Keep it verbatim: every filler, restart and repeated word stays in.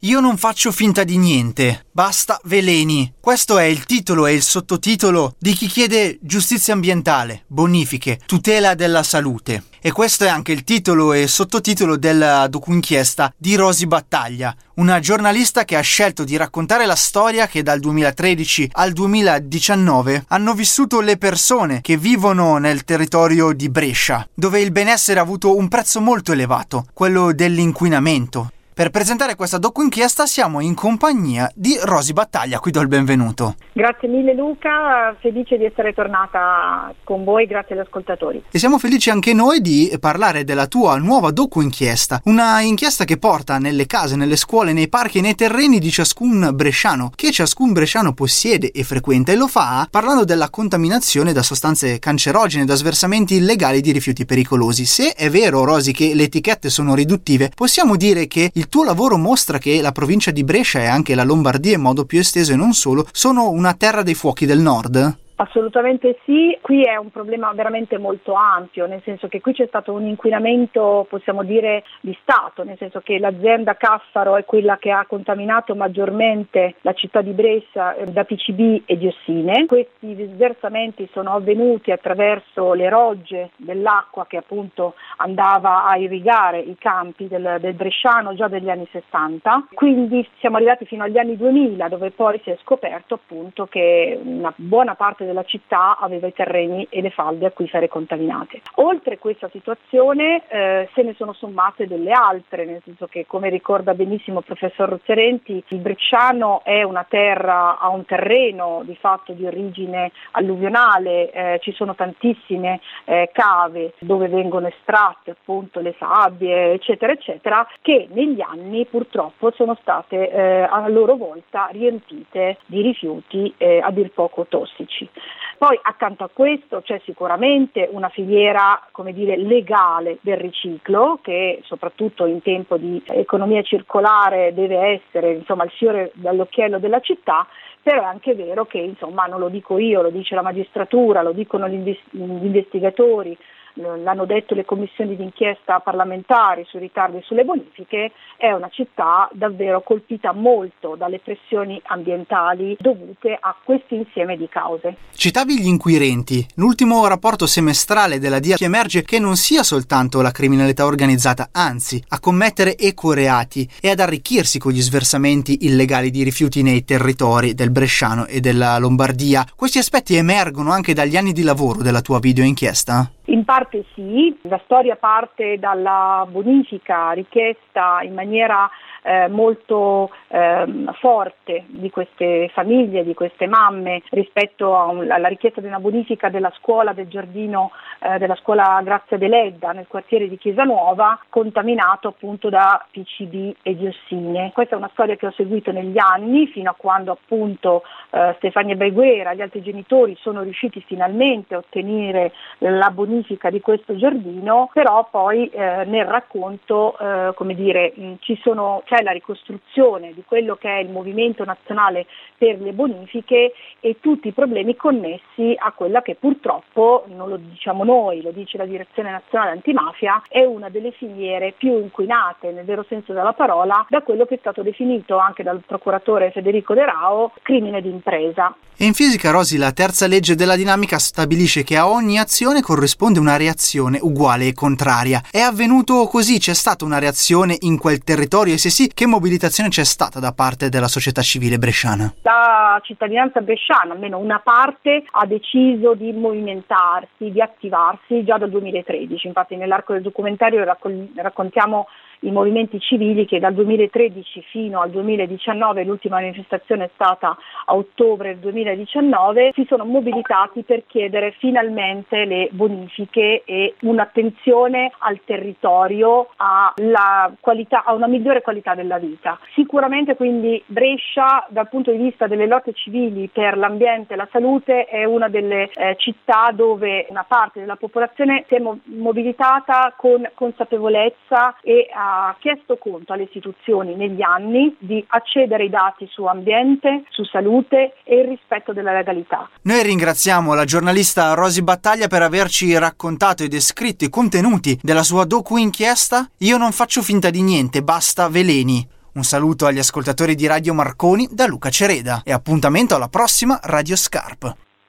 Io non faccio finta di niente, basta veleni. Questo è il titolo e il sottotitolo di chi chiede giustizia ambientale, bonifiche, tutela della salute. E questo è anche il titolo e sottotitolo della docuinchiesta di Rosy Battaglia, una giornalista che ha scelto di raccontare la storia che dal duemilatredici al duemiladiciannove hanno vissuto le persone che vivono nel territorio di Brescia, dove il benessere ha avuto un prezzo molto elevato, quello dell'inquinamento. Per presentare questa docuinchiesta siamo in compagnia di Rosy Battaglia, qui do il benvenuto. Grazie mille Luca, felice di essere tornata con voi, grazie agli ascoltatori. E siamo felici anche noi di parlare della tua nuova docuinchiesta, una inchiesta che porta nelle case, nelle scuole, nei parchi e nei terreni di ciascun bresciano, che ciascun bresciano possiede e frequenta, e lo fa parlando della contaminazione da sostanze cancerogene, da sversamenti illegali di rifiuti pericolosi. Se è vero, Rosy, che le etichette sono riduttive, possiamo dire che il tuo lavoro mostra che la provincia di Brescia e anche la Lombardia in modo più esteso e non solo sono una terra dei fuochi del nord? Assolutamente sì, qui è un problema veramente molto ampio, nel senso che qui c'è stato un inquinamento, possiamo dire, di Stato, nel senso che l'azienda Caffaro è quella che ha contaminato maggiormente la città di Brescia da P C B e diossine. Questi sversamenti sono avvenuti attraverso le rogge dell'acqua che appunto andava a irrigare i campi del, del bresciano già dagli anni sessanta, quindi siamo arrivati fino agli anni duemila, dove poi si è scoperto appunto che una buona parte della città aveva i terreni e le falde acquifere contaminate. Oltre questa situazione eh, se ne sono sommate delle altre, nel senso che, come ricorda benissimo il professor Rozzerenti, il Bresciano è una terra, ha un terreno di fatto di origine alluvionale, eh, ci sono tantissime eh, cave dove vengono estratte appunto le sabbie eccetera eccetera, che negli anni purtroppo sono state eh, a loro volta riempite di rifiuti eh, a dir poco tossici. Poi accanto a questo c'è sicuramente una filiera, come dire, legale del riciclo, che soprattutto in tempo di economia circolare deve essere, insomma, il fiore dall'occhiello della città. Però è anche vero che, insomma, non lo dico io, lo dice la magistratura, lo dicono gli investigatori, l'hanno detto le commissioni d'inchiesta parlamentari sui ritardi e sulle bonifiche, è una città davvero colpita molto dalle pressioni ambientali dovute a questo insieme di cause. Citavi gli inquirenti. L'ultimo rapporto semestrale della D I A emerge che non sia soltanto la criminalità organizzata, anzi, a commettere ecoreati e ad arricchirsi con gli sversamenti illegali di rifiuti nei territori del Bresciano e della Lombardia. Questi aspetti emergono anche dagli anni di lavoro della tua videoinchiesta? In parte sì, la storia parte dalla bonifica richiesta in maniera eh, molto eh, forte di queste famiglie, di queste mamme, rispetto a un, alla richiesta di una bonifica della scuola del giardino eh, della scuola Grazia Deledda nel quartiere di Chiesa Nuova, contaminato appunto da P C B e diossine. Questa è una storia che ho seguito negli anni, fino a quando appunto eh, Stefania Beguera e gli altri genitori sono riusciti finalmente a ottenere la bonifica di questo giardino, però poi eh, nel racconto eh, come dire mh, ci sono, c'è la ricostruzione di quello che è il movimento nazionale per le bonifiche e tutti i problemi connessi a quella che purtroppo, non lo diciamo noi, lo dice la Direzione Nazionale Antimafia, è una delle filiere più inquinate nel vero senso della parola da quello che è stato definito anche dal procuratore Federico De Rao crimine d'impresa. E in fisica, Rosy, la terza legge della dinamica stabilisce che a ogni azione corrisponde una reazione uguale e contraria. È avvenuto così? C'è stata una reazione in quel territorio? E se sì, che mobilitazione c'è stata da parte della società civile bresciana? La cittadinanza bresciana, almeno una parte, ha deciso di movimentarsi, di attivarsi già dal duemilatredici. Infatti nell'arco del documentario raccol- raccontiamo i movimenti civili che dal duemilatredici fino al duemiladiciannove, l'ultima manifestazione è stata a ottobre del duemiladiciannove, si sono mobilitati per chiedere finalmente le bonifiche e un'attenzione al territorio, alla qualità, a una migliore qualità della vita. Sicuramente quindi Brescia, dal punto di vista delle lotte civili per l'ambiente e la salute, è una delle eh, città dove una parte della popolazione si è mo- mobilitata con consapevolezza e ha ha chiesto conto alle istituzioni negli anni di accedere ai dati su ambiente, su salute e il rispetto della legalità. Noi ringraziamo la giornalista Rosy Battaglia per averci raccontato e descritto i contenuti della sua docu-inchiesta Io non faccio finta di niente, basta veleni. Un saluto agli ascoltatori di Radio Marconi da Luca Cereda e appuntamento alla prossima Radio Scarp.